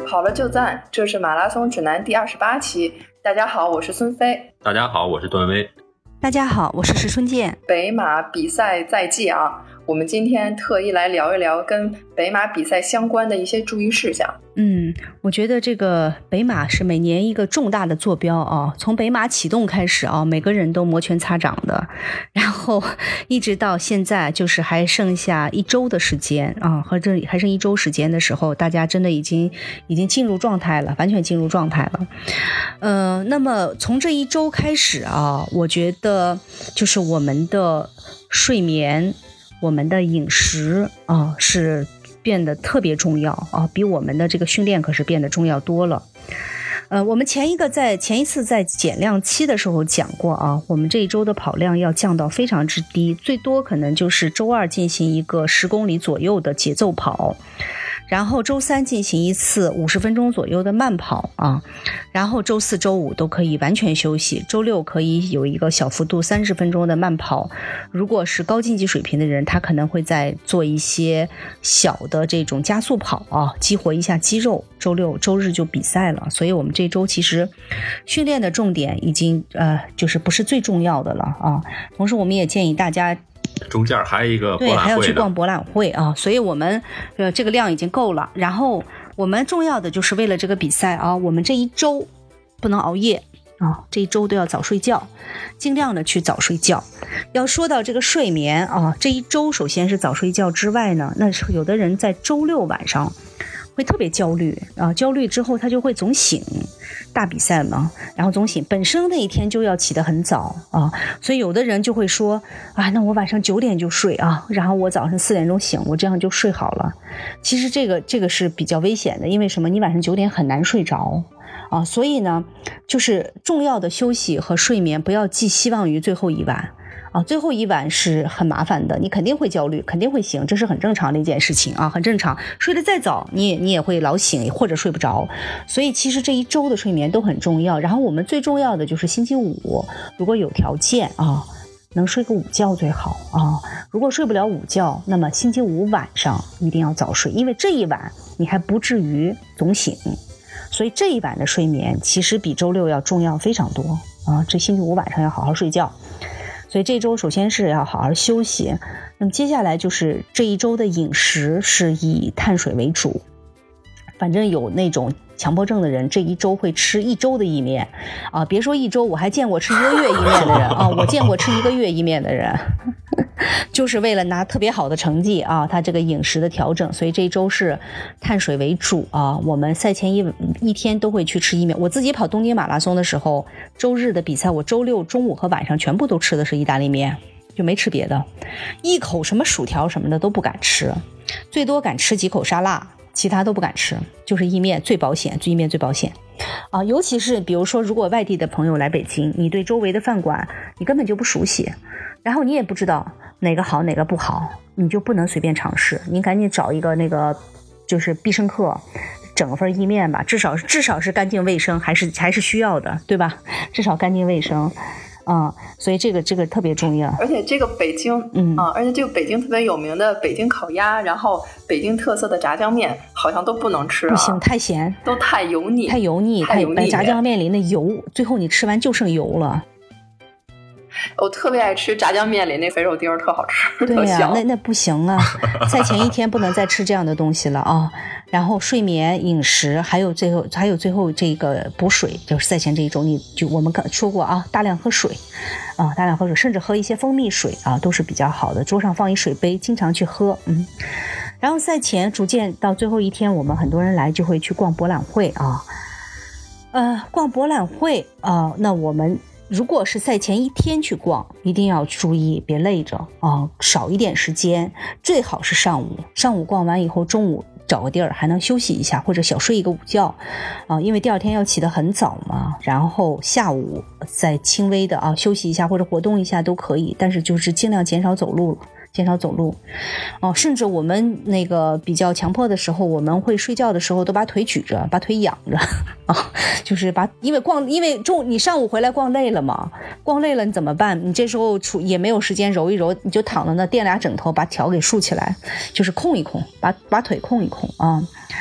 跑了就赞，这是马拉松指南第28期。大家好，我是孙飞。 大家好，我是段威。 大家好，我是石春健。 北马比赛在即啊，我们今天特意来聊一聊跟北马比赛相关的一些注意事项。 我觉得这个北马是每年一个重大的坐标啊，从北马启动开始啊，每个人都摩拳擦掌的，然后一直到现在就是还剩下1周的时间啊，和这还剩1周时间的时候，大家真的已经进入状态了，完全进入状态了。那么从这1周开始啊，我觉得就是我们的睡眠、我们的饮食啊是变得特别重要啊，比我们的这个训练可是变得重要多了。我们前一次在减量期的时候讲过啊，我们这一周的跑量要降到非常之低，最多可能就是周2进行一个10公里左右的节奏跑，然后周3进行一次50分钟左右的慢跑啊，然后周4、周5都可以完全休息，周6可以有一个小幅度30分钟的慢跑。如果是高竞技水平的人，他可能会再做一些小的这种加速跑啊，激活一下肌肉。周6、周日就比赛了，所以我们这周其实训练的重点已经就是不是最重要的了啊。同时我们也建议大家中间还有一个博览会的， 对，还要去逛博览会啊，所以我们这个量已经够了。然后我们重要的就是为了这个比赛啊，我们这1周不能熬夜啊，这1周都要早睡觉，尽量的去早睡觉。要说到这个睡眠啊，这1周首先是早睡觉之外呢，那是有的人在周6晚上会特别焦虑啊，焦虑之后他就会总醒，大比赛嘛，然后总醒，本身那一天就要起得很早啊，所以有的人就会说啊，那我晚上9点就睡啊，然后我早上4点钟醒，我这样就睡好了。其实这个是比较危险的，因为什么？你晚上9点很难睡着啊，所以呢，就是重要的休息和睡眠不要寄希望于最后一晚。最后一晚是很麻烦的，你肯定会焦虑，肯定会醒，这是很正常的一件事情啊，很正常。睡得再早，你也会老醒或者睡不着，所以其实这1周的睡眠都很重要。然后我们最重要的就是星期5，如果有条件啊，能睡个午觉最好啊。如果睡不了午觉，那么星期5晚上一定要早睡，因为这一晚你还不至于总醒，所以这一晚的睡眠其实比周6要重要非常多啊。这星期5晚上要好好睡觉。所以这周首先是要好好休息，那么接下来就是这1周的饮食是以碳水为主，反正有那种强迫症的人这1周会吃1周的意面啊，别说1周，我还见过吃1个月意面的人啊，我见过吃1个月意面的人就是为了拿特别好的成绩啊，他这个饮食的调整，所以这1周是碳水为主啊。我们赛前一天都会去吃意面，我自己跑东京马拉松的时候，周日的比赛我周6中午和晚上全部都吃的是意大利面，就没吃别的，一口什么薯条什么的都不敢吃，最多敢吃几口沙拉，其他都不敢吃，就是意面最保险，意面最保险啊。尤其是比如说如果外地的朋友来北京，你对周围的饭馆你根本就不熟悉，然后你也不知道哪个好哪个不好，你就不能随便尝试，你赶紧找一个那个就是必胜客整份意面吧，至少是干净卫生，还是需要的，对吧？至少干净卫生所以这个特别重要。 而且这个北京而且这个北京特别有名的北京烤鸭，然后北京特色的炸酱面好像都不能吃不行，太咸， 都太油腻， 炸酱面里那油最后你吃完就剩油了。 我特别爱吃炸酱面里那肥肉丁，特好吃。 对呀，那不行啊！赛前1天不能再吃这样的东西了啊。然后睡眠、饮食，还有最后这个补水，就是赛前这1周，我们说过啊，大量喝水啊，大量喝水，甚至喝一些蜂蜜水啊，都是比较好的。桌上放一水杯，经常去喝。然后赛前逐渐到最后1天，我们很多人来就会去逛博览会啊。逛博览会啊，那我们如果是赛前1天去逛，一定要注意别累着啊，少一点时间，最好是上午逛完以后，中午找个地儿还能休息一下，或者小睡一个午觉啊，因为第2天要起得很早嘛。然后下午再轻微的休息一下或者活动一下都可以，但是就是尽量减少走路甚至我们那个比较强迫的时候，我们会睡觉的时候都把腿举着，把腿仰着就是因为你上午回来逛累了嘛，逛累了你怎么办？你这时候也没有时间揉一揉，你就躺在那垫俩枕头，把脚给竖起来，就是空一空，把腿空一空啊。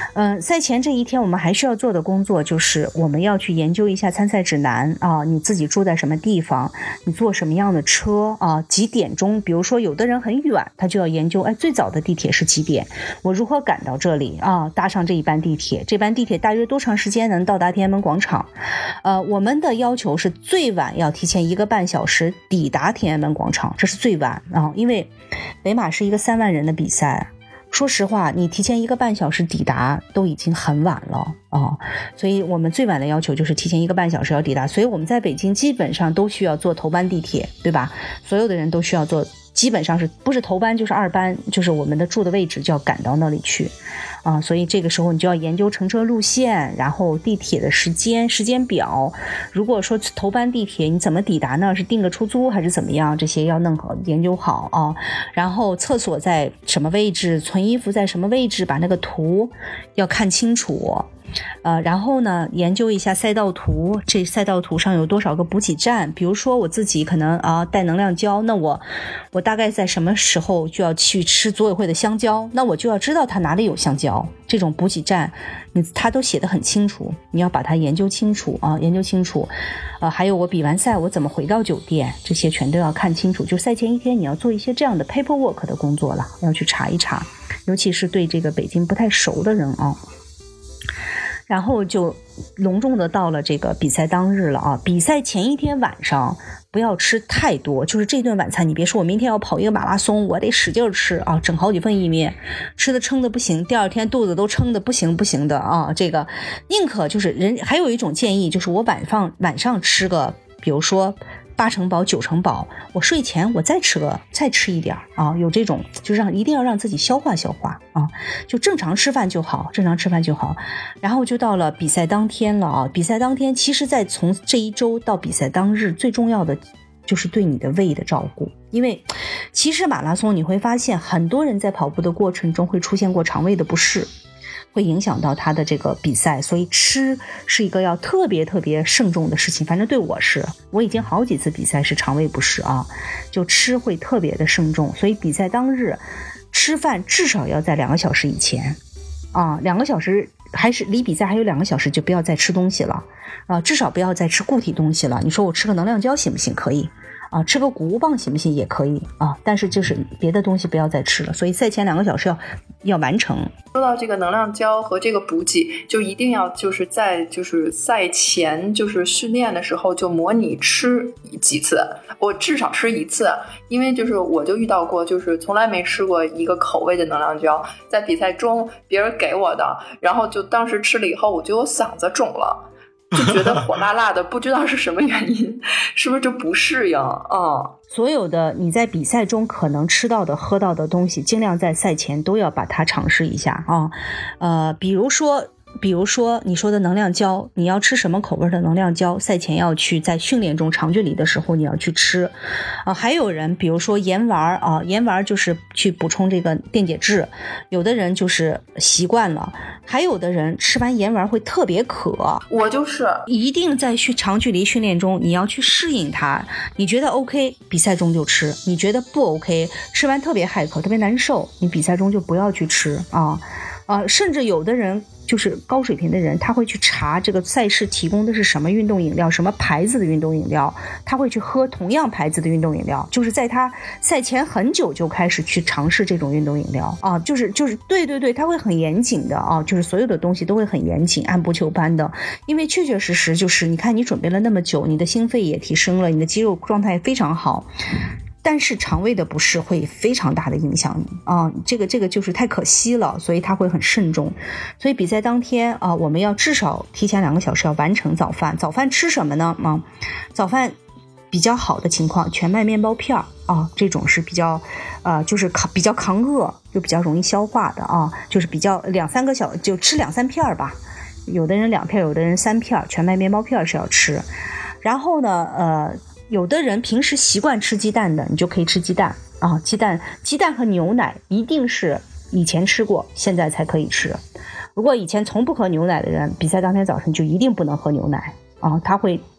赛前这一天我们还需要做的工作就是我们要去研究一下参赛指南啊，你自己住在什么地方，你坐什么样的车啊，几点钟，比如说有的人很远，他就要研究最早的地铁是几点，我如何赶到这里啊，搭上这一班地铁，这班地铁大约多长时间能到达天安门广场。我们的要求是最晚要提前1个半小时抵达天安门广场，这是最晚啊，因为北马是一个3万人的比赛，说实话你提前1个半小时抵达都已经很晚了啊，所以我们最晚的要求就是提前1个半小时要抵达，所以我们在北京基本上都需要坐头班地铁，对吧？所有的人都需要坐，基本上是不是头班就是2班，就是我们的住的位置就要赶到那里去啊，所以这个时候你就要研究乘车路线，然后地铁的时间表，如果说头班地铁你怎么抵达呢？是订个出租还是怎么样？这些要弄好研究好啊。然后厕所在什么位置，存衣服在什么位置，把那个图要看清楚。然后呢，研究一下赛道图，这赛道图上有多少个补给站，比如说我自己可能带能量胶，那我大概在什么时候就要去吃组委会的香蕉，那我就要知道它哪里有香蕉，这种补给站它都写得很清楚，你要把它研究清楚啊，研究清楚。还有我比完赛我怎么回到酒店，这些全都要看清楚，就赛前一天你要做一些这样的 paperwork 的工作了，要去查一查，尤其是对这个北京不太熟的人啊。然后就隆重的到了这个比赛当日了啊！比赛前一天晚上不要吃太多，就是这顿晚餐你别说我明天要跑一个马拉松，我得使劲吃啊，整好几份意面，吃的撑的不行，第二天肚子都撑的不行的啊！这个宁可就是还有一种建议就是我晚上吃个，比如说8成饱9成饱，我睡前我再吃一点啊，有这种就一定要让自己消化啊，就正常吃饭就好。然后就到了比赛当天了啊，比赛当天其实在从这一周到比赛当日最重要的就是对你的胃的照顾，因为其实马拉松你会发现很多人在跑步的过程中会出现过肠胃的不适，会影响到他的这个比赛，所以吃是一个要特别慎重的事情。反正对我已经好几次比赛是肠胃不适啊，就吃会特别的慎重，所以比赛当日吃饭至少要在2个小时以前啊，2个小时还是离比赛还有2个小时就不要再吃东西了啊，至少不要再吃固体东西了。你说我吃个能量胶行不行？可以啊，吃个谷物棒行不行？也可以啊，但是就是别的东西不要再吃了。所以赛前2个小时要完成。 说到这个能量胶和这个补给，就一定要就是在就是赛前就是训练的时候就模拟吃几次，我至少吃1次，因为就是我就遇到过就是从来没吃过一个口味的能量胶，在比赛中别人给我的，然后就当时吃了以后我觉得我嗓子肿了，就觉得火辣辣的，不知道是什么原因，是不是就不适应啊？ 所有的你在比赛中可能吃到的喝到的东西，尽量在赛前都要把它尝试一下啊。比如说你说的能量胶，你要吃什么口味的能量胶，赛前要去在训练中长距离的时候你要去吃还有人比如说盐丸啊，盐丸就是去补充这个电解质，有的人就是习惯了，还有的人吃完盐丸会特别渴， 我就是一定在长距离训练中你要去适应它，你觉得 OK 比赛中就吃，你觉得不 OK 吃完特别害口特别难受，你比赛中就不要去吃甚至有的人就是高水平的人，他会去查这个赛事提供的是什么运动饮料，什么牌子的运动饮料，他会去喝同样牌子的运动饮料，就是在他赛前很久就开始去尝试这种运动饮料就是对，他会很严谨的就是所有的东西都会很严谨，按部就班的，因为确实就是你看你准备了那么久，你的心肺也提升了，你的肌肉状态非常好，但是肠胃的不适会非常大的影响你这个就是太可惜了，所以他会很慎重。所以比赛当天我们要至少提前2个小时要完成早饭。早饭吃什么呢早饭比较好的情况，全麦面包片这种是比较就是比较抗饿又比较容易消化的就是比较2-3个小就吃2-3片吧，有的人2片，有的人3片，全麦面包片是要吃。然后呢有的人平时习惯吃鸡蛋的，你就可以吃鸡蛋鸡蛋和牛奶一定是以前吃过现在才可以吃，如果以前从不喝牛奶的人，比赛当天早晨就一定不能喝牛奶它会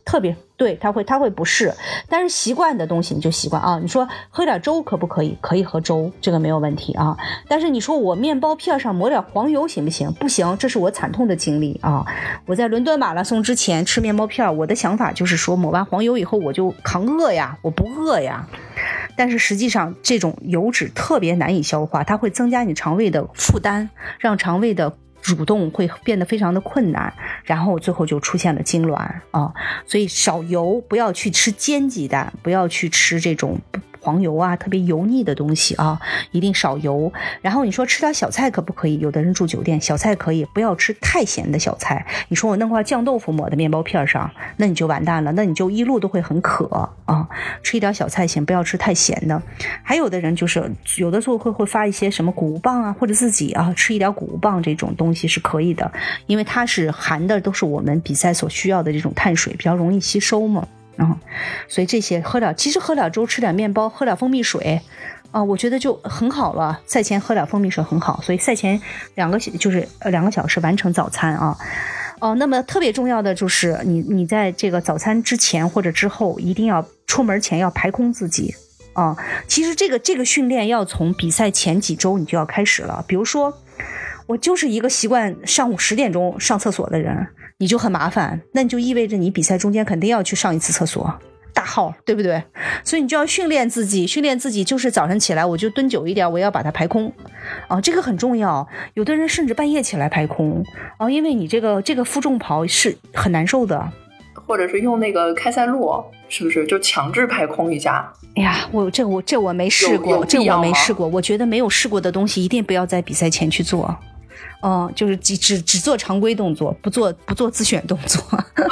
特别对，它会不适。但是习惯的东西你就习惯啊。你说喝点粥可不可以？可以喝粥，这个没有问题啊。但是你说我面包片上抹点黄油行不行？不行，这是我惨痛的经历啊。我在伦敦马拉松之前吃面包片，我的想法就是说抹完黄油以后我就扛饿呀，我不饿呀。但是实际上这种油脂特别难以消化，它会增加你肠胃的负担，让肠胃的蠕动会变得非常的困难，然后最后就出现了痉挛啊。所以少油，不要去吃煎鸡蛋，不要去吃这种黄油啊，特别油腻的东西啊，一定少油。然后你说吃点小菜可不可以？有的人住酒店，小菜可以，不要吃太咸的小菜。你说我弄块酱豆腐抹在面包片上，那你就完蛋了，那你就一路都会很渴啊。吃一点小菜行，不要吃太咸的。还有的人就是有的时候会发一些什么谷物棒啊，或者自己啊吃一点谷物棒，这种东西是可以的，因为它是含的都是我们比赛所需要的这种碳水，比较容易吸收嘛。所以这些其实喝点粥，吃点面包，喝点蜂蜜水啊，我觉得就很好了。赛前喝点蜂蜜水很好，所以赛前2个小时完成早餐啊。那么特别重要的就是你在这个早餐之前或者之后，一定要出门前要排空自己啊。其实这个训练要从比赛前几周你就要开始了。比如说我就是一个习惯上午10点钟上厕所的人，你就很麻烦，那你就意味着你比赛中间肯定要去上一次厕所，大号，对不对？所以你就要训练自己就是早上起来我就蹲久一点，我要把它排空啊，这个很重要。有的人甚至半夜起来排空啊，因为你这个负重跑是很难受的。 或者是用那个开塞露，是不是就强制排空一下？ 哎呀，这我没试过，这我没试过。我觉得没有试过的东西一定不要在比赛前去做。就是只做常规动作，不做自选动作。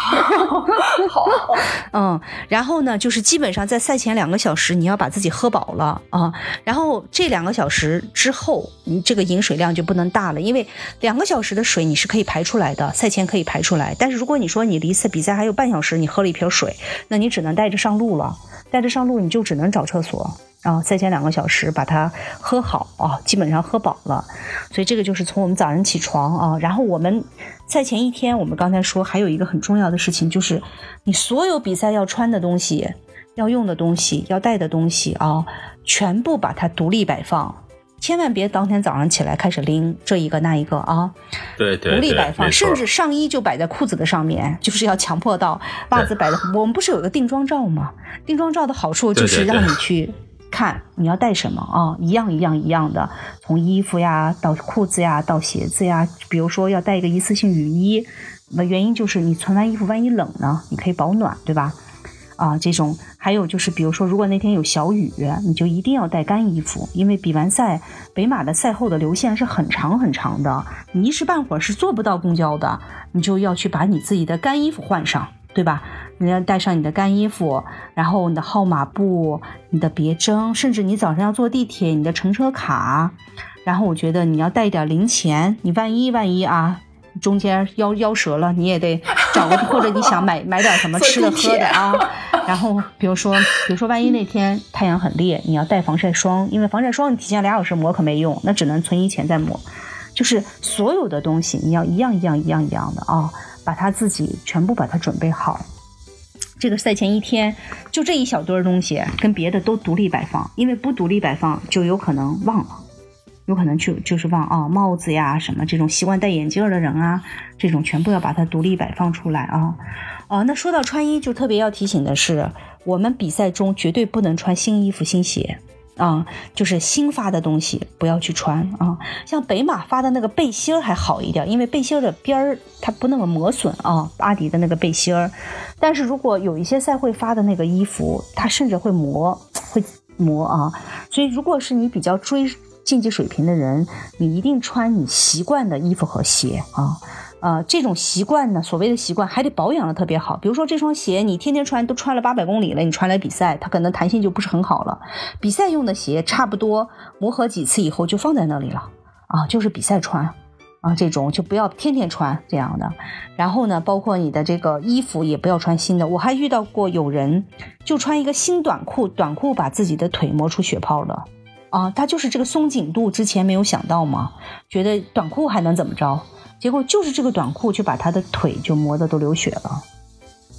好。 然后呢，就是基本上在赛前2个小时，你要把自己喝饱了啊。然后这2个小时之后，你这个饮水量就不能大了，因为2个小时的水你是可以排出来的，赛前可以排出来。但是如果你说你离比赛还有半小时，你喝了一瓶水，那你只能带着上路了。带着上路，你就只能找厕所。赛前2个小时把它喝好啊，基本上喝饱了。所以这个就是从我们早上起床啊，然后我们赛前1天，我们刚才说还有一个很重要的事情，就是你所有比赛要穿的东西、要用的东西、要带的东西啊，全部把它独立摆放，千万别当天早上起来开始拎这一个那一个啊。 对， 独立摆放，甚至上衣就摆在裤子的上面，就是要强迫到袜子摆的。我们不是有个定妆照吗？定妆照的好处就是让你去看你要带什么啊，一样的，从衣服呀到裤子呀到鞋子呀。比如说要带一个一次性雨衣，原因就是你存完衣服万一冷呢，你可以保暖，对吧？这种还有就是比如说如果那天有小雨，你就一定要带干衣服，因为比完赛北马的赛后的流线是很长很长的，你一时半会儿是坐不到公交的，你就要去把你自己的干衣服换上，对吧？你要带上你的干衣服，然后你的号码布、你的别针，甚至你早上要坐地铁，你的乘车卡。然后我觉得你要带一点零钱，你万一啊中间腰折了，你也得找个，或者你想买点什么吃的喝的啊。然后比如说万一那天太阳很烈，你要带防晒霜，因为防晒霜你提前2小时抹可没用，那只能存衣前再抹。就是所有的东西你要一样的啊，把它自己全部把它准备好。这个赛前1天就这一小堆东西跟别的都独立摆放，因为不独立摆放就有可能忘了，有可能就是忘啊，帽子呀什么这种习惯戴眼镜的人啊，这种全部要把它独立摆放出来啊。那说到穿衣，就特别要提醒的是，我们比赛中绝对不能穿新衣服新鞋啊，就是新发的东西不要去穿啊。像北马发的那个背心还好一点，因为背心的边儿它不那么磨损啊，阿迪的那个背心儿。但是如果有一些赛会发的那个衣服，它甚至会磨啊。所以如果是你比较追竞技水平的人，你一定穿你习惯的衣服和鞋啊。这种习惯呢，所谓的习惯还得保养的特别好。比如说这双鞋你天天穿，都穿了800公里了，你穿来比赛，它可能弹性就不是很好了。比赛用的鞋差不多磨合几次以后就放在那里了啊，就是比赛穿啊，这种就不要天天穿这样的。然后呢，包括你的这个衣服也不要穿新的。我还遇到过有人就穿一个新短裤把自己的腿磨出血泡了啊，他就是这个松紧度之前没有想到嘛，觉得短裤还能怎么着，结果就是这个短裤就把他的腿就磨得都流血了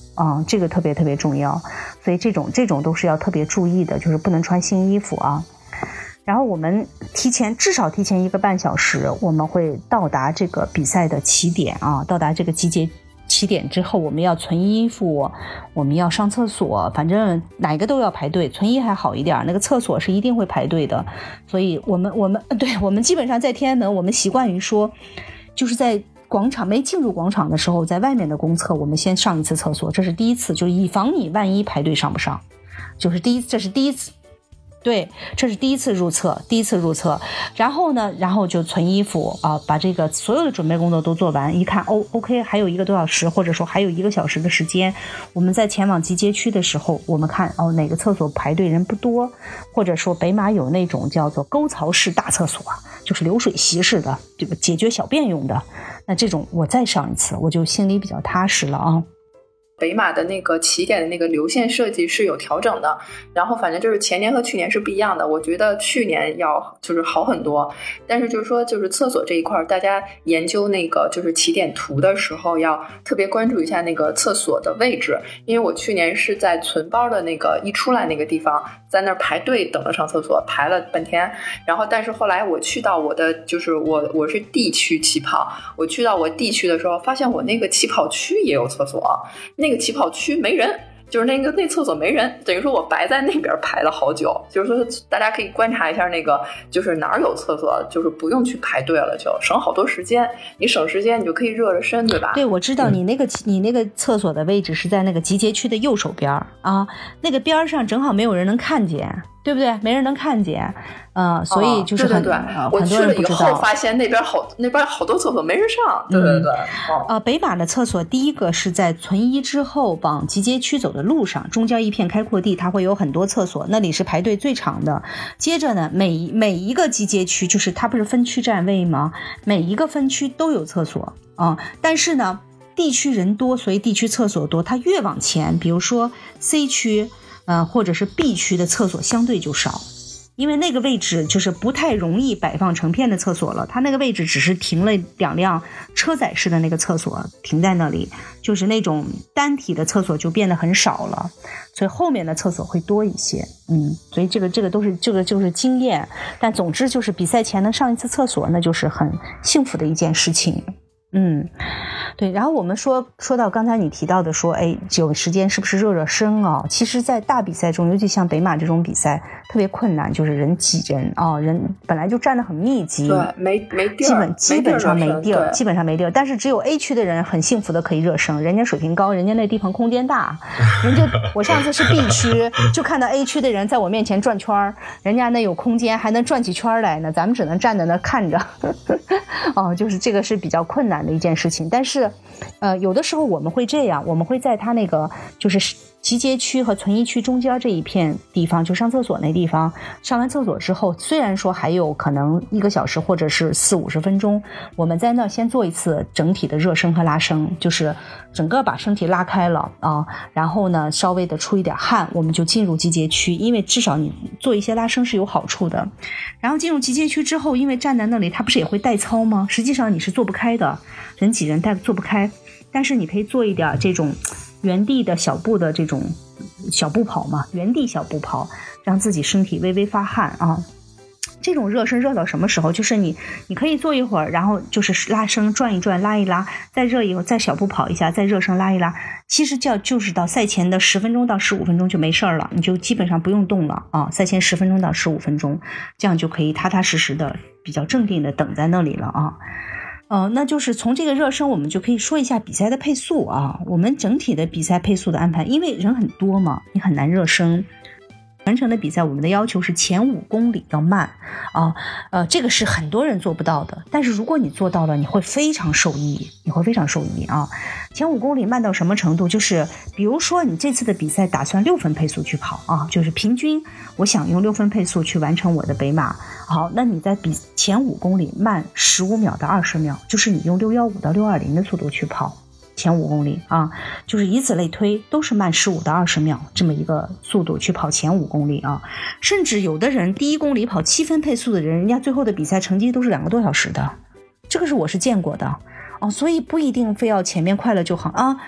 啊，这个特别特别重要，所以这种都是要特别注意的，就是不能穿新衣服啊。然后我们至少提前1个半小时，我们会到达这个比赛的起点啊，到达这个集结起点之后，我们要存衣服，我们要上厕所，反正哪个都要排队，存衣还好一点，那个厕所是一定会排队的。所以我们基本上在天安门，我们习惯于说，就是在广场没进入广场的时候，在外面的公厕我们先上一次厕所，这是第一次，就以防你万一排队上不上，这是第一次。对，这是第一次入厕，然后就存衣服啊，把这个所有的准备工作都做完，一看OK， 还有1个多小时，或者说还有1个小时的时间，我们在前往集结区的时候，我们看哪个厕所排队人不多，或者说北马有那种叫做沟槽式大厕所，就是流水席式的，这个解决小便用的，那这种我再上一次，我就心里比较踏实了啊。 北马的那个起点的那个流线设计是有调整的，然后反正就是前年和去年是不一样的，我觉得去年要就是好很多，但是就是说就是厕所这一块，大家研究那个就是起点图的时候要特别关注一下那个厕所的位置，因为我去年是在存包的那个一出来那个地方，在那儿排队等着上厕所，排了半天，然后但是后来我去到我的就是我是 D 区起跑，我去到我 D 区的时候，发现我那个起跑区也有厕所，那个起跑区没人，就是那厕所没人，等于说我白在那边排了好久。就是说大家可以观察一下那个就是哪儿有厕所，就是不用去排队了，就省好多时间，你省时间你就可以热热身，对吧？ 对，我知道你那个厕所的位置是在那个集结区的右手边啊，那个边上正好没有人能看见，对不对？没人能看见，所以就是很多人不知道。 我去了以后发现那边好多厕所没人上，对。 北马的厕所第一个是在存衣之后往集结区走的路上，中间一片开阔地，它会有很多厕所，那里是排队最长的。接着呢，每一个集结区，就是它不是分区站位吗？每一个分区都有厕所啊，但是呢，地区人多，所以地区厕所多，它越往前，比如说 C 区。或者是 B 区的厕所相对就少，因为那个位置就是不太容易摆放成片的厕所了，它那个位置只是停了2辆车载式的那个厕所停在那里，就是那种单体的厕所就变得很少了，所以后面的厕所会多一些。所以这个都是就是经验，但总之就是比赛前能上一次厕所，那就是很幸福的一件事情。对，然后我们说到刚才你提到的说，有时间是不是热热身啊？其实在大比赛中，尤其像北马这种比赛特别困难，就是人挤人啊，人本来就站得很密集， 对，没地儿， 基本上没地儿，但是只有 A 区的人很幸福的可以热身，人家水平高，人家那地方空间大，我上次是 B 区就看到 A 区的人在我面前转圈，人家那有空间还能转起圈来呢，咱们只能站在那看着就是这个是比较困难的一件事情。但是有的时候我们会这样，我们会在他那个就是集结区和存衣区中间这一片地方，就上厕所那地方，上完厕所之后，虽然说还有可能1个小时或者是40-50分钟，我们在那先做一次整体的热身和拉伸，就是整个把身体拉开了然后呢稍微的出一点汗，我们就进入集结区，因为至少你做一些拉伸是有好处的。然后进入集结区之后，因为站在那里它不是也会带操吗？实际上你是做不开的，人挤人做不开，但是你可以做一点这种原地的小步的这种小步跑嘛，原地小步跑，让自己身体微微发汗这种热身热到什么时候？就是你可以做一会儿，然后就是拉伸转一转拉一拉，再热一会儿，再小步跑一下，再热身拉一拉。其实就是到赛前的10分钟到15分钟就没事了，你就基本上不用动了赛前10分钟到15分钟，这样就可以踏踏实实的比较镇定的等在那里了那就是从这个热身我们就可以说一下比赛的配速我们整体的比赛配速的安排，因为人很多嘛，你很难热身。全程的比赛我们的要求是前5公里要慢这个是很多人做不到的，但是如果你做到了，你会非常受益前5公里慢到什么程度？就是比如说你这次的比赛打算6分配速去跑就是平均我想用6分配速去完成我的北马。好，那你在前5公里慢15秒到20秒，就是你用615到620的速度去跑前5公里就是以此类推，都是慢15到20秒这么一个速度去跑前5公里甚至有的人第1公里跑7分配速的人家最后的比赛成绩都是2个多小时的，这个我是见过的所以不一定非要前面快了就好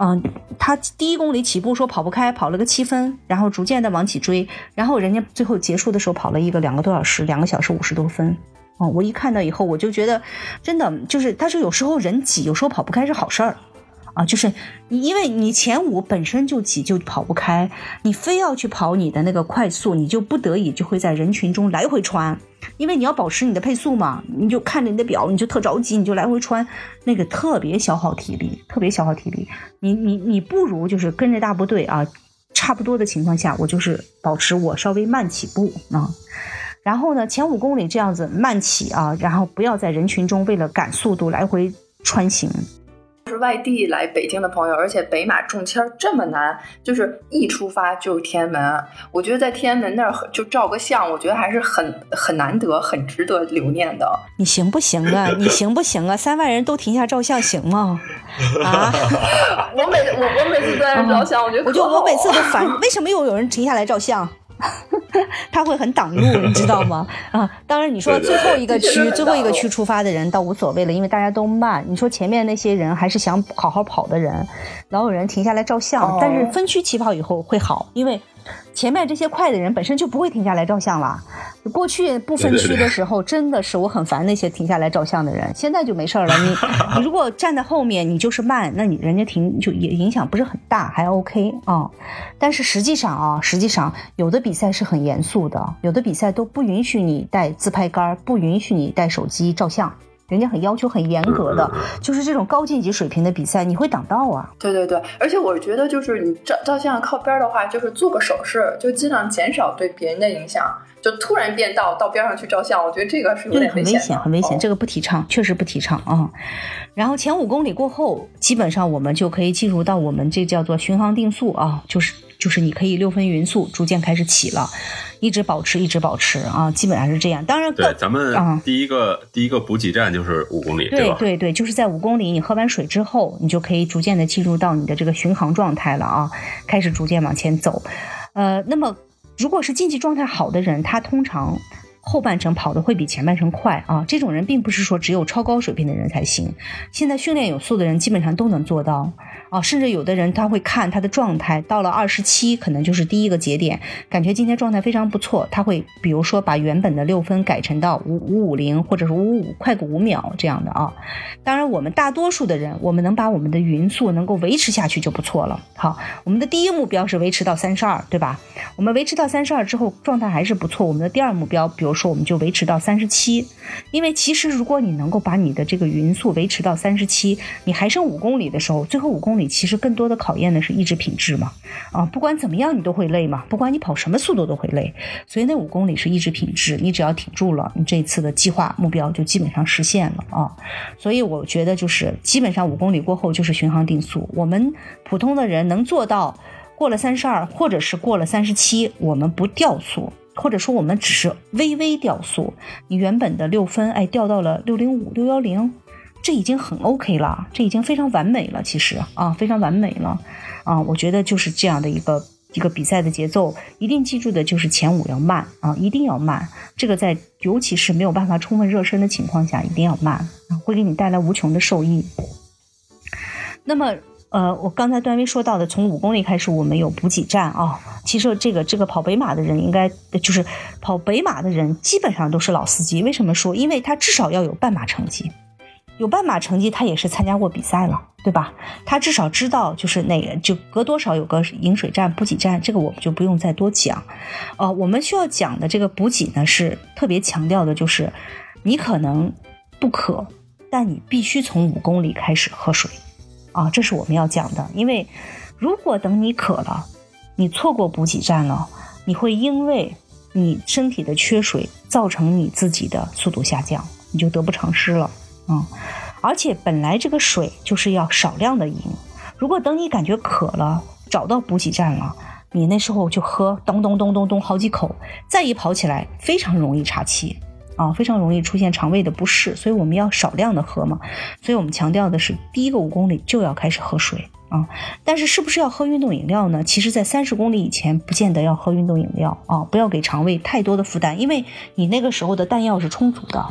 他第1公里起步说跑不开，跑了个7分，然后逐渐的往起追，然后人家最后结束的时候跑了一个2个多小时，2个小时50多分。我一看到以后我就觉得真的就是他说有时候人挤，有时候跑不开是好事儿就是因为你前5本身就挤就跑不开，你非要去跑你的那个快速，你就不得已就会在人群中来回穿，因为你要保持你的配速嘛，你就看着你的表，你就特着急，你就来回穿，那个特别消耗体力，特别消耗体力。你不如就是跟着大部队差不多的情况下，我就是保持我稍微慢起步然后呢前5公里这样子慢起然后不要在人群中为了赶速度来回穿行。 是外地来北京的朋友，而且北马中签这么难，就是一出发就是天安门。我觉得在天安门那儿就照个相，我觉得还是很难得，很值得留念的。 你行不行啊？你行不行啊？3万人都停下照相行吗？ 我每次在那照相，我觉得我每次都烦，为什么又有人停下来照相？他会很挡路，你知道吗？当然你说最后一个区出发的人倒无所谓了，因为大家都慢。你说前面那些人还是想好好跑的人，老有人停下来照相，但是分区起跑以后会好，因为前面这些快的人本身就不会停下来照相了。过去不分区的时候真的是我很烦那些停下来照相的人，现在就没事了。你如果站在后面你就是慢，那你人家停就也影响不是很大，还 OK 但是实际上有的比赛是很严肃的，有的比赛都不允许你带自拍杆，不允许你带手机照相，人家很要求很严格的，就是这种高晋级水平的比赛你会挡道啊。 对，而且我觉得就是你照相靠边的话，就是做个手势，就尽量减少对别人的影响，就突然变道到边上去照相，我觉得这个是有点危险的， 很危险，这个不提倡，确实不提倡然后前5公里过后，基本上我们就可以进入到我们这叫做巡航定速就是你可以6分匀速逐渐开始起了，一直保持基本上是这样。当然对，咱们第一个补给站就是5公里，对吧？ 对，就是在5公里你喝完水之后，你就可以逐渐的进入到你的这个巡航状态了开始逐渐往前走。那么如果是竞技状态好的人，他通常后半程跑的会比前半程快这种人并不是说只有超高水平的人才行，现在训练有素的人基本上都能做到甚至有的人他会看他的状态，到了27可能就是第一个节点，感觉今天状态非常不错，他会比如说把原本的6分改成到550或者是555，快个5秒这样的当然我们大多数的人，我们能把我们的匀速能够维持下去就不错了。好，我们的第一目标是维持到32，对吧？我们维持到32之后状态还是不错，我们的第二目标比如说我们就维持到37，因为其实如果你能够把你的这个匀速维持到37，你还剩5公里的时候，最后5公里其实更多的考验的是意志品质嘛不管怎么样你都会累嘛，不管你跑什么速度都会累，所以那5公里是意志品质，你只要挺住了，你这一次的计划目标就基本上实现了所以我觉得就是基本上5公里过后就是巡航定速，我们普通的人能做到过了32或者是过了37我们不掉速，或者说我们只是微微掉速，你原本的6分掉到了605 610，这已经很 OK 了，这已经非常完美了，其实非常完美了我觉得就是这样的一个比赛的节奏，一定记住的就是前5要慢一定要慢，这个在尤其是没有办法充分热身的情况下一定要慢会给你带来无穷的受益。那么我刚才段威说到的，从5公里开始我们有补给站其实这个跑北马的人应该就是跑北马的人基本上都是老司机，为什么说？因为他至少要有半马成绩，有半马成绩他也是参加过比赛了，对吧？他至少知道就是哪个就隔多少有个饮水站补给站，这个我们就不用再多讲我们需要讲的这个补给呢是特别强调的，就是你可能不渴，但你必须从5公里开始喝水这是我们要讲的。因为如果等你渴了，你错过补给站了，你会因为你身体的缺水造成你自己的速度下降，你就得不偿失了而且本来这个水就是要少量的饮，如果等你感觉渴了，找到补给站了，你那时候就喝咚咚咚咚咚好几口，再一跑起来非常容易岔气非常容易出现肠胃的不适，所以我们要少量的喝嘛。所以我们强调的是第一个5公里就要开始喝水但是是不是要喝运动饮料呢？其实在30公里以前不见得要喝运动饮料不要给肠胃太多的负担，因为你那个时候的弹药是充足的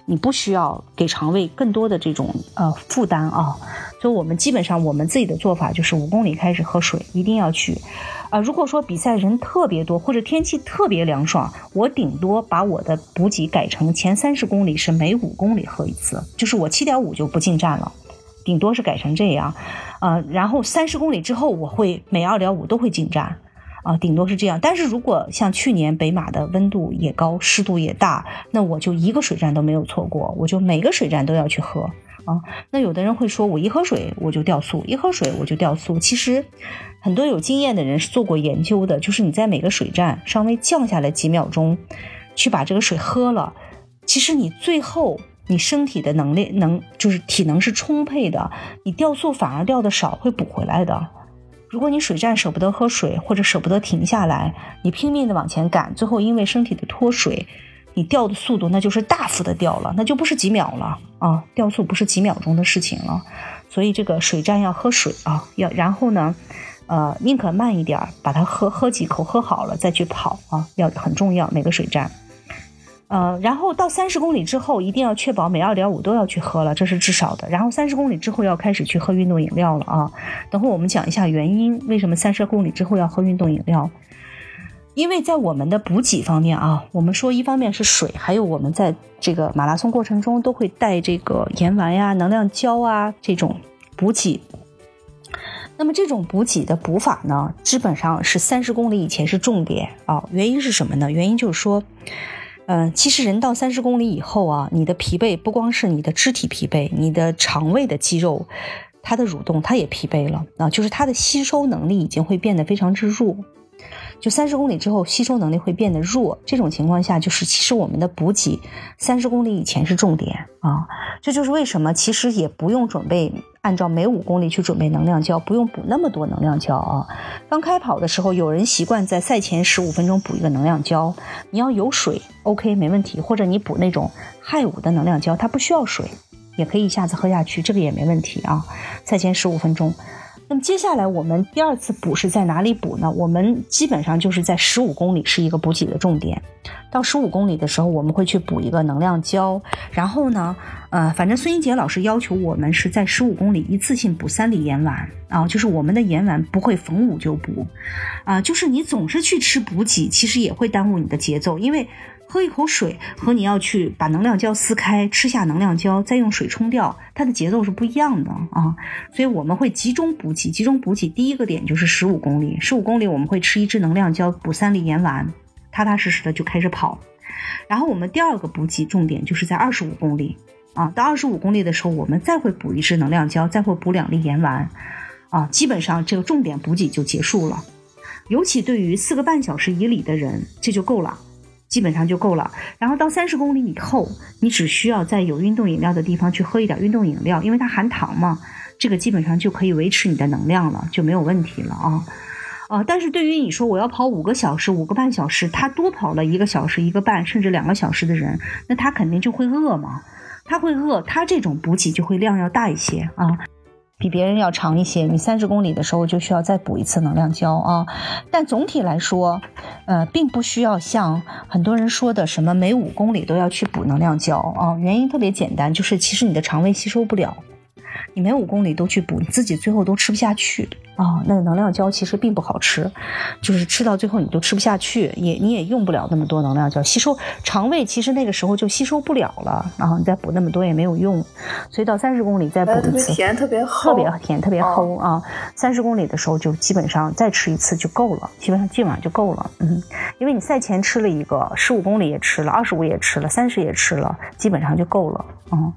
你不需要给肠胃更多的这种负担啊。所以我们基本上我们自己的做法就是5公里开始喝水，一定要去如果说比赛人特别多或者天气特别凉爽，我顶多把我的补给改成前30公里是每5公里喝一次，就是我 7.5 就不进站了，顶多是改成这样然后30公里之后我会每 2.5 都会进站顶多是这样。但是如果像去年北马的温度也高，湿度也大，那我就一个水站都没有错过，我就每个水站都要去喝那有的人会说我一喝水我就掉速，一喝水我就掉速。其实很多有经验的人是做过研究的，就是你在每个水站稍微降下来几秒钟去把这个水喝了，其实你最后你身体的就是体能是充沛的，你掉速反而掉的少，会补回来的。如果你水站舍不得喝水或者舍不得停下来，你拼命的往前赶，最后因为身体的脱水，你掉的速度那就是大幅的掉了，那就不是几秒了掉速不是几秒钟的事情了。所以这个水站要喝水然后呢宁可慢一点，把它喝几口，喝好了再去跑要很重要，每个水站然后到30公里之后一定要确保每 2.5 都要去喝了，这是至少的。然后30公里之后要开始去喝运动饮料了等会我们讲一下原因，为什么30公里之后要喝运动饮料。因为在我们的补给方面我们说一方面是水，还有我们在这个马拉松过程中都会带这个盐丸呀、能量胶这种补给。那么这种补给的补法呢，基本上是30公里以前是重点原因是什么呢？原因就是说其实人到30公里以后你的疲惫不光是你的肢体疲惫，你的肠胃的肌肉它的蠕动它也疲惫了就是它的吸收能力已经会变得非常之弱。就30公里之后吸收能力会变得弱，这种情况下就是其实我们的补给30公里以前是重点这就是为什么其实也不用准备按照每5公里去准备能量胶，不用补那么多能量胶刚开跑的时候有人习惯在赛前15分钟补一个能量胶，你要有水 OK 没问题，或者你补那种HI5的能量胶，它不需要水也可以一下子喝下去，这个也没问题赛前15分钟。那么接下来我们第2次补是在哪里补呢？我们基本上就是在15公里是一个补给的重点，到15公里的时候我们会去补一个能量胶，然后呢反正孙英杰老师要求我们是在15公里一次性补3粒盐丸就是我们的盐丸不会逢5就补就是你总是去吃补给其实也会耽误你的节奏，因为喝一口水和你要去把能量胶撕开，吃下能量胶再用水冲掉，它的节奏是不一样的所以我们会集中补给。第一个点就是15公里，15公里我们会吃1支能量胶，补3粒盐丸，踏踏实实的就开始跑。然后我们第2个补给重点就是在25公里到25公里的时候我们再会补1支能量胶，再会补2粒盐丸基本上这个重点补给就结束了。尤其对于4个半小时以里的人这就够了，基本上就够了。然后到30公里以后你只需要在有运动饮料的地方去喝一点运动饮料，因为它含糖嘛，这个基本上就可以维持你的能量了，就没有问题了但是对于你说我要跑5个小时5个半小时，他多跑了1个小时1个半甚至2个小时的人，那他肯定就会饿嘛，他会饿，他这种补给就会量要大一些比别人要长一些，你30公里的时候就需要再补1次能量胶但总体来说并不需要像很多人说的什么每5公里都要去补能量胶原因特别简单，就是其实你的肠胃吸收不了，你每5公里都去补，你自己最后都吃不下去那个能量胶其实并不好吃，就是吃到最后你都吃不下去，你也用不了那么多能量胶，吸收肠胃其实那个时候就吸收不了了，然后你再补那么多也没有用，所以到30公里再补一次， 特别甜特别齁， 特别甜特别齁30公里的时候就基本上再吃1次就够了，基本上就够了因为你赛前吃了一个15公里也吃了25也吃了30也吃了，基本上就够了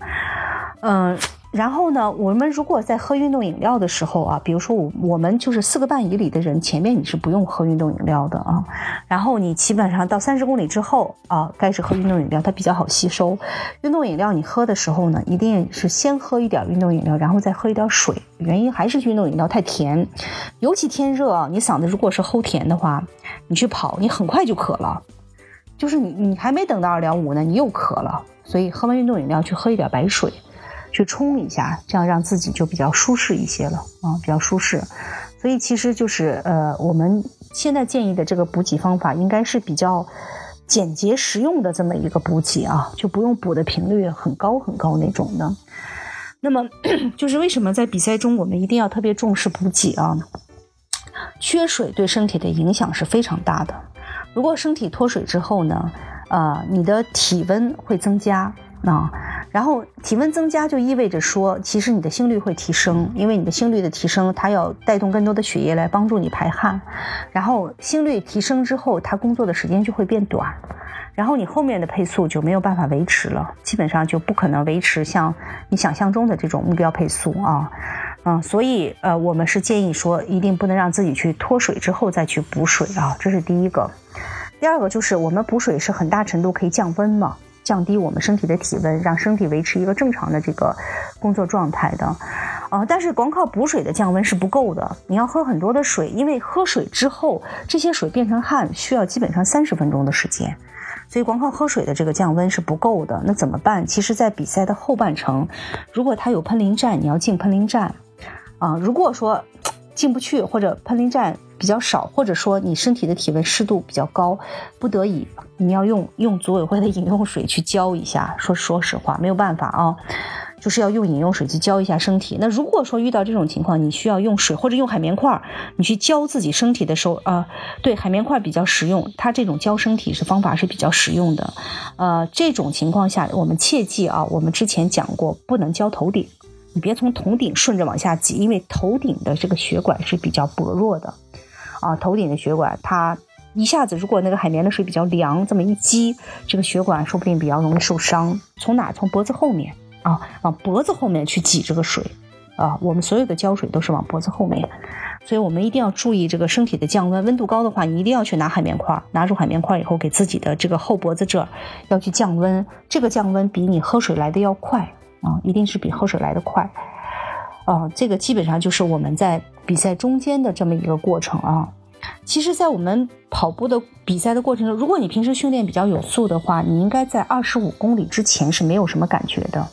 然后呢我们如果在喝运动饮料的时候比如说我们就是4个半以里的人，前面你是不用喝运动饮料的然后你基本上到30公里之后开始喝运动饮料，它比较好吸收。运动饮料你喝的时候呢，一定是先喝一点运动饮料，然后再喝一点水，原因还是运动饮料太甜，尤其天热你嗓子如果是齁甜的话，你去跑你很快就渴了，就是你还没等到2.5呢你又渴了，所以喝完运动饮料去喝一点白水去冲一下，这样让自己就比较舒适一些了比较舒适。所以其实就是我们现在建议的这个补给方法应该是比较简洁实用的这么一个补给啊，就不用补的频率很高很高那种的。那么就是为什么在比赛中我们一定要特别重视补给啊？缺水对身体的影响是非常大的。如果身体脱水之后呢，你的体温会增加啊，然后体温增加就意味着说，其实你的心率会提升，因为你的心率的提升，它要带动更多的血液来帮助你排汗，然后心率提升之后，它工作的时间就会变短，然后你后面的配速就没有办法维持了，基本上就不可能维持像你想象中的这种目标配速啊。所以我们是建议说，一定不能让自己去脱水之后再去补水啊，这是第一个。第二个就是我们补水是很大程度可以降温嘛，降低我们身体的体温，让身体维持一个正常的这个工作状态的。但是光靠补水的降温是不够的，你要喝很多的水，因为喝水之后这些水变成汗需要基本上30分钟的时间，所以光靠喝水的这个降温是不够的。那怎么办？其实在比赛的后半程，如果它有喷淋站，你要进喷淋站如果说进不去，或者喷淋站比较少，或者说你身体的体温湿度比较高，不得已你要用组委会的饮用水去浇一下，说实话没有办法啊，就是要用饮用水去浇一下身体。那如果说遇到这种情况，你需要用水或者用海绵块你去浇自己身体的时候对，海绵块比较实用，它这种浇身体方法是比较实用的。这种情况下我们切记啊，我们之前讲过不能浇头顶，你别从头顶顺着往下挤，因为头顶的这个血管是比较薄弱的头顶的血管它一下子如果那个海绵的水比较凉，这么一激，这个血管说不定比较容易受伤。从哪？从脖子后面往脖子后面去挤这个水我们所有的浇水都是往脖子后面，所以我们一定要注意这个身体的降温。温度高的话，你一定要去拿海绵块，拿住海绵块以后给自己的这个后脖子这儿要去降温，这个降温比你喝水来的要快一定是比喝水来的快这个基本上就是我们在比赛中间的这么一个过程其实在我们跑步的比赛的过程中，如果你平时训练比较有素的话，你应该在25公里之前是没有什么感觉的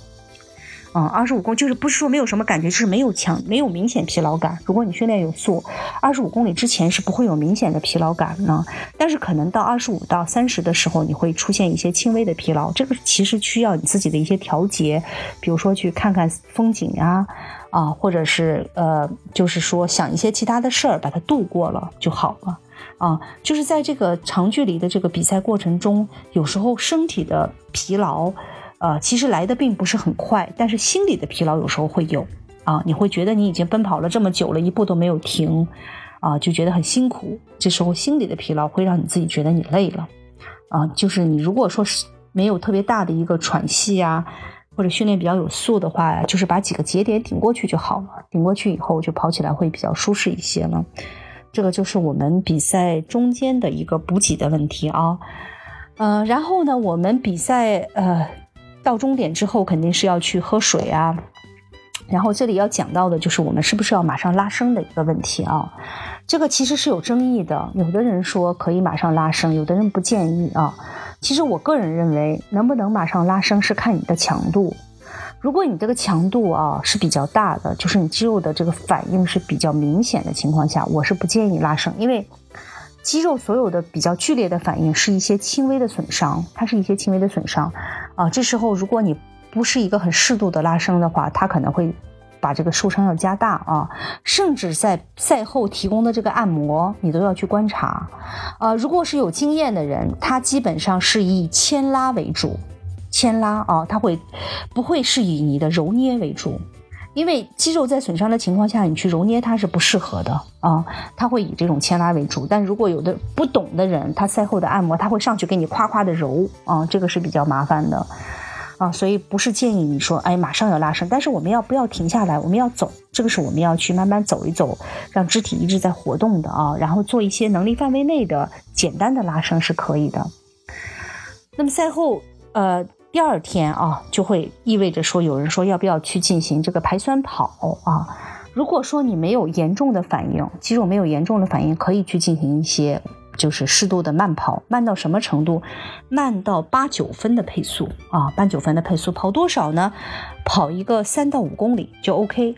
25公里就是不是说没有什么感觉，就是没有明显疲劳感。如果你训练有素，25公里之前是不会有明显的疲劳感呢。但是可能到25到30的时候，你会出现一些轻微的疲劳，这个其实需要你自己的一些调节，比如说去看看风景或者是就是说想一些其他的事儿，把它度过了就好了就是在这个长距离的这个比赛过程中，有时候身体的疲劳其实来的并不是很快，但是心理的疲劳有时候会有你会觉得你已经奔跑了这么久了，一步都没有停就觉得很辛苦，这时候心理的疲劳会让你自己觉得你累了就是你如果说是没有特别大的一个喘息或者训练比较有素的话就是把几个节点顶过去就好了，顶过去以后就跑起来会比较舒适一些了。这个就是我们比赛中间的一个补给的问题然后呢，我们比赛到终点之后肯定是要去喝水然后这里要讲到的就是我们是不是要马上拉伸的一个问题这个其实是有争议的，有的人说可以马上拉伸，有的人不建议其实我个人认为能不能马上拉伸是看你的强度。如果你这个强度是比较大的，就是你肌肉的这个反应是比较明显的情况下，我是不建议拉伸，因为肌肉所有的比较剧烈的反应是一些轻微的损伤，它是一些轻微的损伤这时候如果你不是一个很适度的拉伸的话，它可能会把这个受伤要加大甚至在赛后提供的这个按摩你都要去观察如果是有经验的人，他基本上是以牵拉为主，牵拉它不会是以你的揉捏为主，因为肌肉在损伤的情况下，你去揉捏它是不适合的它会以这种牵拉为主。但如果有的不懂的人，他赛后的按摩他会上去给你夸夸的揉这个是比较麻烦的所以不是建议你说马上要拉伸，但是我们不要停下来，我们要走，这个是我们要去慢慢走一走，让肢体一直在活动的然后做一些能力范围内的简单的拉伸是可以的。那么赛后第二天就会意味着说，有人说要不要去进行这个排酸跑如果说你没有严重的反应，肌肉没有严重的反应，可以去进行一些就是适度的慢跑。慢到什么程度？慢到8、9分的配速8、9分的配速。跑多少呢？跑一个3到5公里就 OK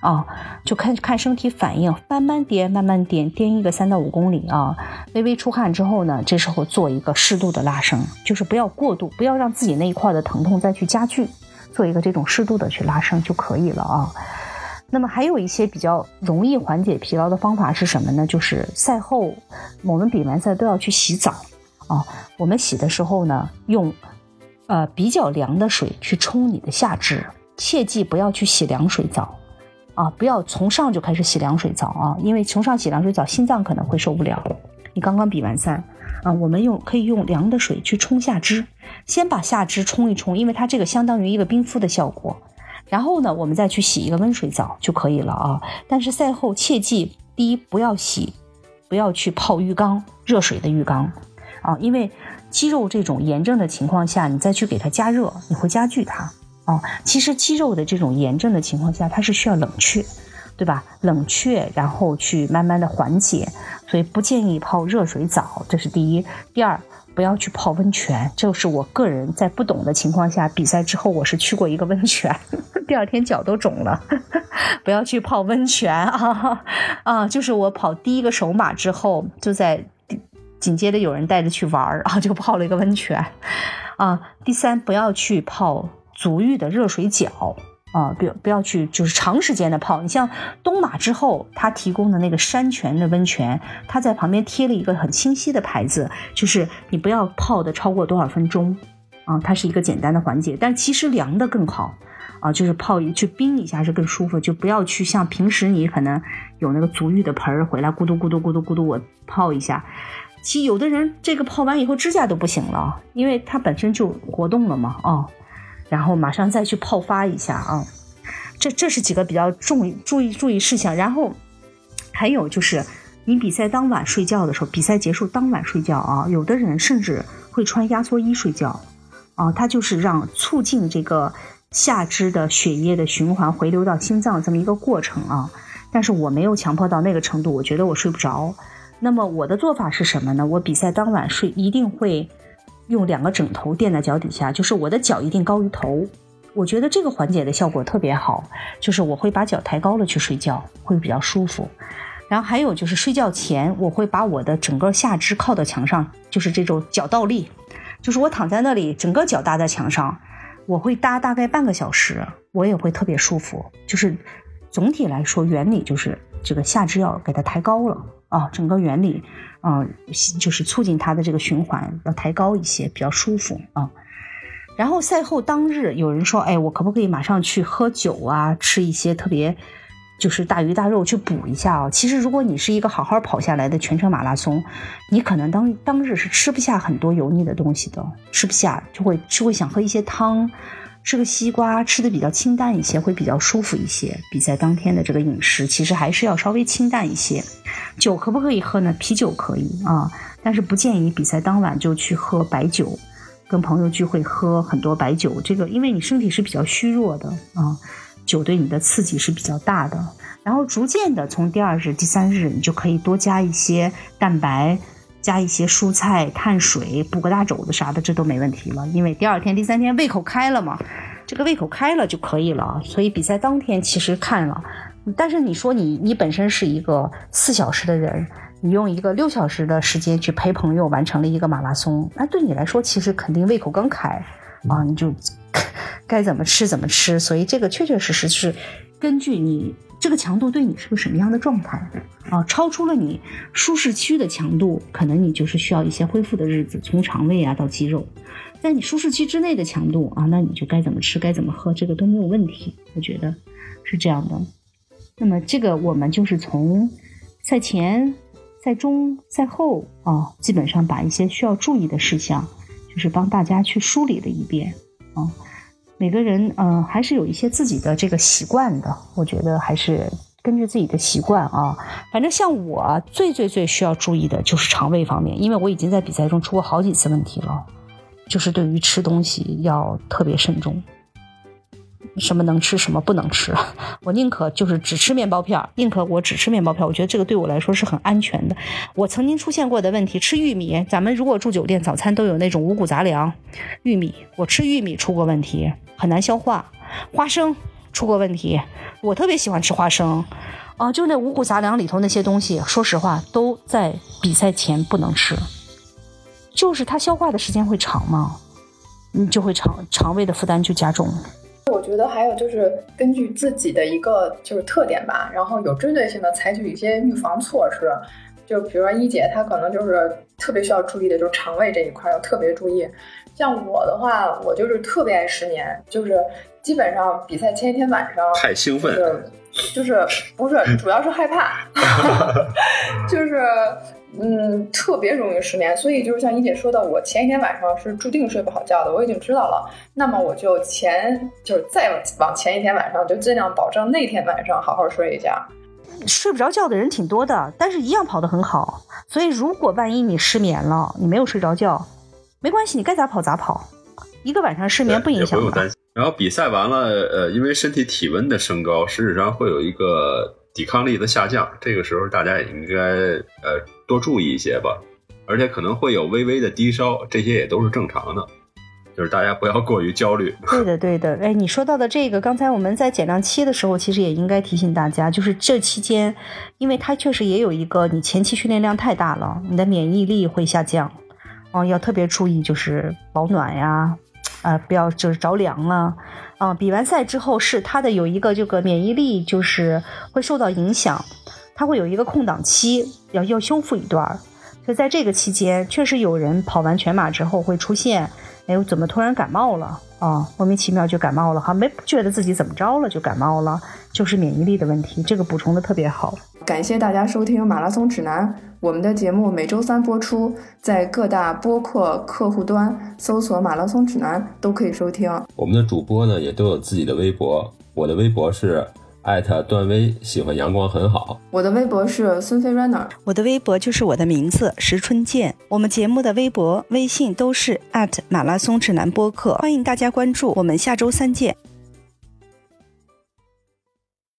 就看身体反应，慢慢颠一个3到5公里啊，微微出汗之后呢，这时候做一个适度的拉伸，就是不要过度，不要让自己那一块的疼痛再去加剧，做一个这种适度的去拉伸就可以了啊。那么还有一些比较容易缓解疲劳的方法是什么呢？就是赛后我们比完赛都要去洗澡啊，我们洗的时候呢，用比较凉的水去冲你的下肢，切记不要去洗凉水澡啊，不要从上就开始洗凉水澡啊，因为从上洗凉水澡心脏可能会受不了。你刚刚比完赛啊，我们可以用凉的水去冲下肢，先把下肢冲一冲，因为它这个相当于一个冰敷的效果，然后呢我们再去洗一个温水澡就可以了啊。但是赛后切记，第一不要去泡浴缸，热水的浴缸啊，因为肌肉这种炎症的情况下，你再去给它加热，你会加剧它其实肌肉的这种炎症的情况下，它是需要冷却，对吧？冷却然后去慢慢的缓解，所以不建议泡热水澡，这是第一。第二，不要去泡温泉，这是我个人在不懂的情况下，比赛之后我是去过一个温泉，第二天脚都肿了。不要去泡温泉就是我跑第一个首马之后，就在紧接着有人带着去玩就泡了一个温泉第三，不要去泡足浴的热水脚不要去就是长时间的泡。你像东马之后他提供的那个山泉的温泉，他在旁边贴了一个很清晰的牌子，就是你不要泡的超过多少分钟它是一个简单的缓解，但其实凉的更好就是去冰一下是更舒服，就不要去像平时你可能有那个足浴的盆回来咕嘟咕嘟咕嘟咕嘟我泡一下，其实有的人这个泡完以后指甲都不行了，因为它本身就活动了嘛然后马上再去泡发一下这是几个比较注意事项。然后还有就是你比赛当晚睡觉的时候，比赛结束当晚睡觉有的人甚至会穿压缩衣睡觉它就是促进这个下肢的血液的循环回流到心脏这么一个过程但是我没有强迫到那个程度，我觉得我睡不着。那么我的做法是什么呢？我比赛当晚一定会用2个枕头垫在脚底下，就是我的脚一定高于头，我觉得这个缓解的效果特别好，就是我会把脚抬高了去睡觉，会比较舒服。然后还有就是睡觉前我会把我的整个下肢靠到墙上，就是这种脚倒立，就是我躺在那里整个脚搭在墙上，我会搭大概半个小时，我也会特别舒服。就是总体来说原理就是这个下肢要给它抬高了整个原理就是促进它的这个循环要抬高一些，比较舒服然后赛后当日有人说我可不可以马上去喝酒吃一些特别就是大鱼大肉去补一下其实如果你是一个好好跑下来的全程马拉松，你可能当日是吃不下很多油腻的东西的，吃不下就会想喝一些汤，吃个西瓜，吃的比较清淡一些，会比较舒服一些。比赛当天的这个饮食其实还是要稍微清淡一些。酒可不可以喝呢？啤酒可以但是不建议比赛当晚就去喝白酒，跟朋友聚会喝很多白酒，这个因为你身体是比较虚弱的酒对你的刺激是比较大的。然后逐渐的从第2日第3日你就可以多加一些蛋白，加一些蔬菜碳水，补个大肘子啥的，这都没问题了，因为第2天第3天胃口开了嘛，这个胃口开了就可以了。所以比赛当天其实看了，但是你说你本身是一个4小时的人，你用一个6小时的时间去陪朋友完成了一个马拉松，那对你来说其实肯定胃口刚开你就该怎么吃怎么吃。所以这个确确实实是根据你这个强度对你是个什么样的状态超出了你舒适区的强度，可能你就是需要一些恢复的日子，从肠胃到肌肉。在你舒适区之内的强度那你就该怎么吃该怎么喝，这个都没有问题，我觉得是这样的。那么这个我们就是从赛前赛中赛后基本上把一些需要注意的事项就是帮大家去梳理了一遍每个人还是有一些自己的这个习惯的，我觉得还是根据自己的习惯反正像我最需要注意的就是肠胃方面，因为我已经在比赛中出过好几次问题了，就是对于吃东西要特别慎重，什么能吃什么不能吃，我宁可就是只吃面包片，我只吃面包片，我觉得这个对我来说是很安全的。我曾经出现过的问题，吃玉米，咱们如果住酒店早餐都有那种五谷杂粮玉米，我吃玉米出过问题，很难消化。花生出过问题。我特别喜欢吃花生就那五谷杂粮里头那些东西，说实话都在比赛前不能吃，就是它消化的时间会长嘛，你就会肠胃的负担就加重。 我觉得还有就是根据自己的一个就是特点吧，然后有针对性的采取一些预防措施。就比如说一姐她可能就是特别需要注意的就是肠胃这一块要特别注意。像我的话，我就是特别爱失眠，就是基本上比赛前一天晚上太兴奋， 就是不是主要是害怕就是特别容易失眠。所以就是像一姐说的，我前一天晚上是注定睡不好觉的，我已经知道了。那么我就再往前一天晚上就尽量保证那天晚上好好睡一觉。 睡不着觉的人挺多的，但是一样跑得很好。所以如果万一你失眠了，你没有睡着觉，没关系，你该咋跑咋跑，一个晚上失眠不影响的。 也不用担心。然后比赛完了，因为身体体温的升高，实质上会有一个抵抗力的下降，这个时候大家也应该多注意一些吧，而且可能会有微微的低烧，这些也都是正常的，就是大家不要过于焦虑。 对的，哎，你说到的这个，刚才我们在减量期的时候，其实也应该提醒大家，就是这期间，因为它确实也有一个你前期训练量太大了，你的免疫力会下降，要特别注意，就是保暖呀，不要就是着凉了，比完赛之后是它的有一个这个免疫力就是会受到影响，它会有一个空档期，要修复一段，所以在这个期间，确实有人跑完全马之后会出现。哎，我怎么突然感冒了莫名其妙就感冒了没觉得自己怎么着了就感冒了，就是免疫力的问题，这个补充的特别好。 感谢大家收听马拉松指南，我们的节目每周3播出，在各大播客客户端搜索马拉松指南都可以收听。 我们的主播呢也都有自己的微博，我的微博是段威，喜欢阳光很好。 我的微博是孙飞 runner， 我的微博就是我的名字石春健。我们节目的微博微信都是马拉松指南播客，欢迎大家关注，我们下周3见。